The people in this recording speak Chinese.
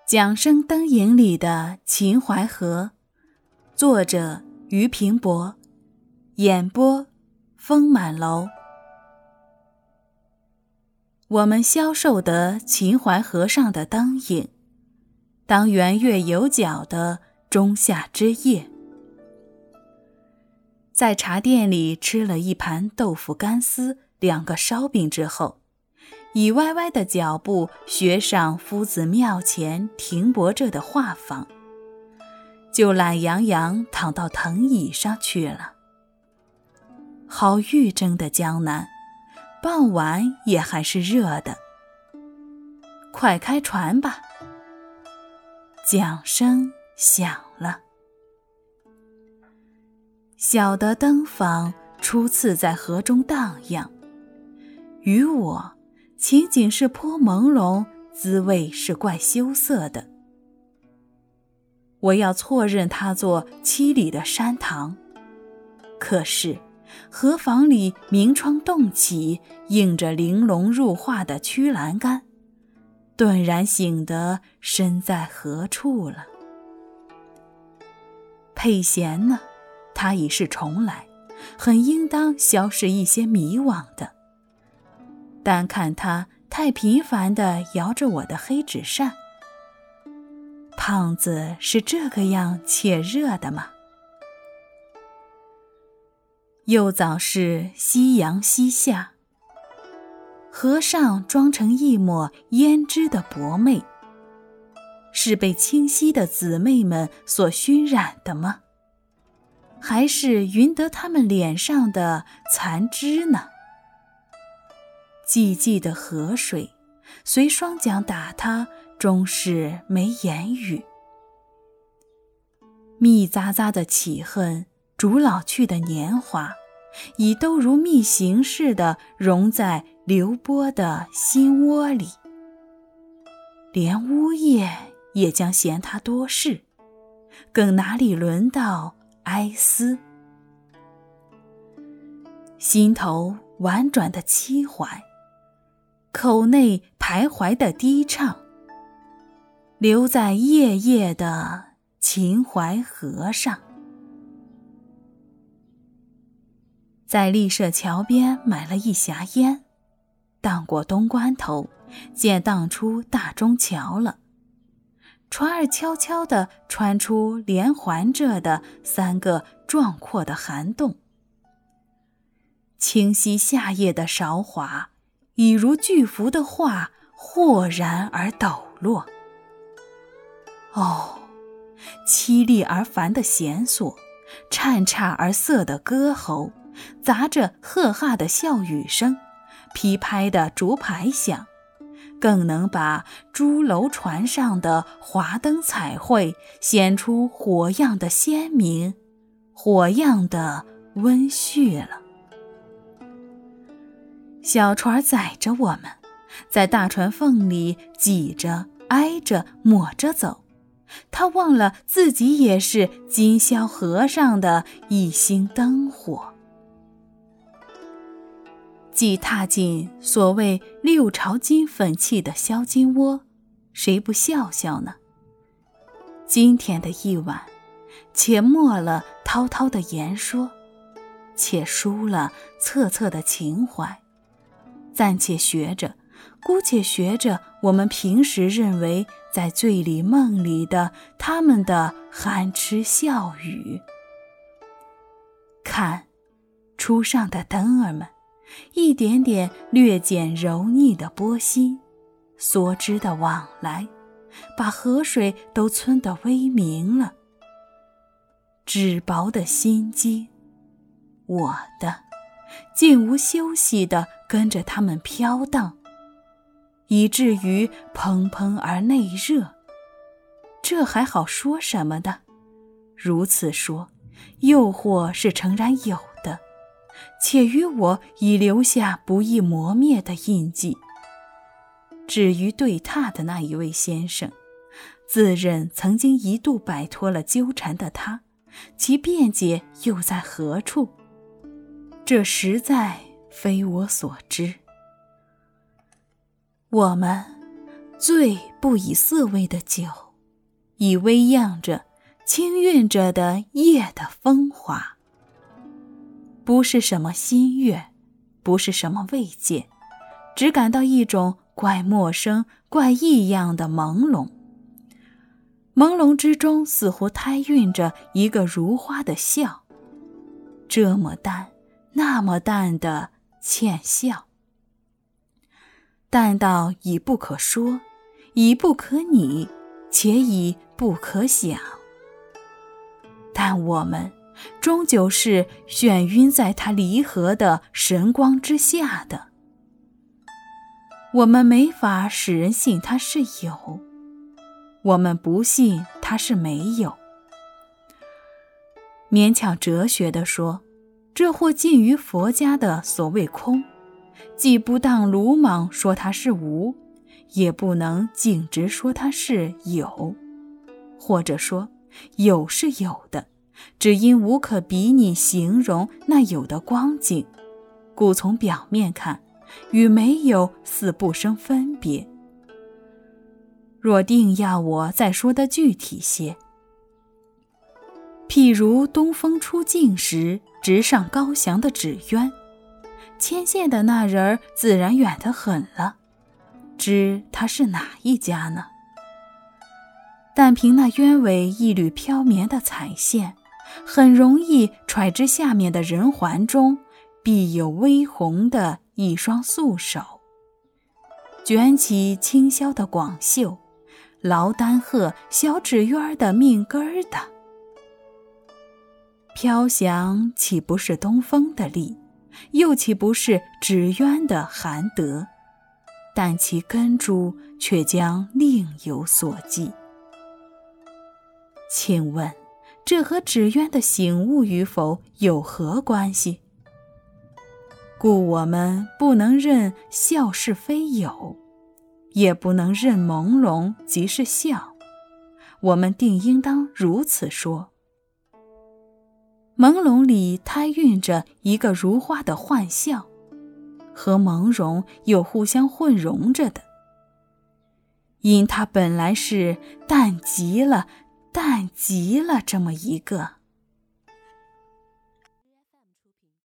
桨声灯影里的秦淮河，作者俞平伯，演播风满楼。我们消受得秦淮河上的灯影，当圆月有角的仲夏之夜。在茶店里吃了一盘豆腐干丝，2个烧饼之后，以歪歪的脚步学上夫子庙前停泊着的画舫，就懒洋洋躺到藤椅上去了。好玉蒸的江南，傍晚也还是热的。快开船吧。桨声响了。小的灯舫初次在河中荡漾，于我情景是颇朦胧，滋味是怪羞涩的。我要错认它作七里的山塘，可是河舫里明窗洞起，映着玲珑入画的曲栏杆，顿然醒得身在何处了。佩贤呢，他已是重来，很应当消失一些迷惘的。但看他太频繁地摇着我的黑纸扇。胖子是这个样且热的吗？又早是夕阳西下，河上装成一抹胭脂的薄媚，是被清晰的姊妹们所熏染的吗？还是匀得他们脸上的残脂呢？寂寂的河水随双桨打它，终是没言语。密匝匝的起恨，逐老去的年华，已都如密行似的融在流波的心窝里。连呜咽也将嫌它多事，更哪里轮到哀思？心头婉转的凄怀，口内徘徊的低唱，留在夜夜的秦淮河上。在丽舍桥边买了一匣烟，荡过东关头，见荡出大中桥了。船儿悄悄地穿出连环着的3个壮阔的涵洞。清晰夏夜的韶华，已如巨幅的画，豁然而抖落。哦，凄厉而繁的弦索，颤颤而涩的歌喉，杂着赫哈的笑语声，噼拍的竹排响，更能把朱楼船上的华灯彩绘显出火样的鲜明，火样的温煦了。小船载着我们，在大船缝里挤着挨着抹着走，他忘了自己也是今宵河上的一星灯火。既踏进所谓6朝金粉气的销金窝，谁不笑笑呢？今天的一晚，且没了滔滔的言说，且疏了恻恻的情怀，暂且学着，姑且学着我们平时认为在醉里梦里的他们的憨痴笑语。看初上的灯儿们，一点点略减柔腻的波心，梭织的往来，把河水都皴得微明了。纸薄的心机，我的竟无休息地跟着他们飘荡，以至于砰砰而内热。这还好说什么的？如此说，诱惑是诚然有的，且于我已留下不易磨灭的印记。至于对榻的那一位先生，自认曾经一度摆脱了纠缠的他，其辩解又在何处？这实在非我所知。我们醉不以色味的酒，以微漾着、轻韵着的夜的风华。不是什么新悦，不是什么慰藉，只感到一种怪陌生、怪异样的朦胧。朦胧之中似乎胎蕴着一个如花的笑，这么淡，那么淡的浅笑，淡到已不可说，已不可拟，且已不可想。但我们终究是眩晕在它离合的神光之下的。我们没法使人信它是有，我们不信它是没有。勉强哲学地说，这或近于佛家的所谓空，既不当鲁莽说它是无，也不能径直说它是有。或者说，有是有的，只因无可比拟形容那有的光景，故从表面看，与没有似不生分别。若定要我再说得具体些，譬如东风出境时直上高翔的纸鸢，牵线的那人自然远得很了，知他是哪一家呢？但凭那鸢尾一缕飘绵的彩线，很容易揣知下面的人环中必有微红的一双素手，卷起轻飘的广袖，劳丹鹤小纸鸢的命根儿的。飘翔岂不是东风的力，又岂不是纸鸢的含德？但其根株却将另有所寄。请问，这和纸鸢的醒悟与否有何关系？故我们不能认笑是非有，也不能认朦胧即是笑，我们定应当如此说：朦胧里胎蕴着一个如花的幻笑，和朦胧又互相混融着的，因它本来是淡极了、淡极了这么一个。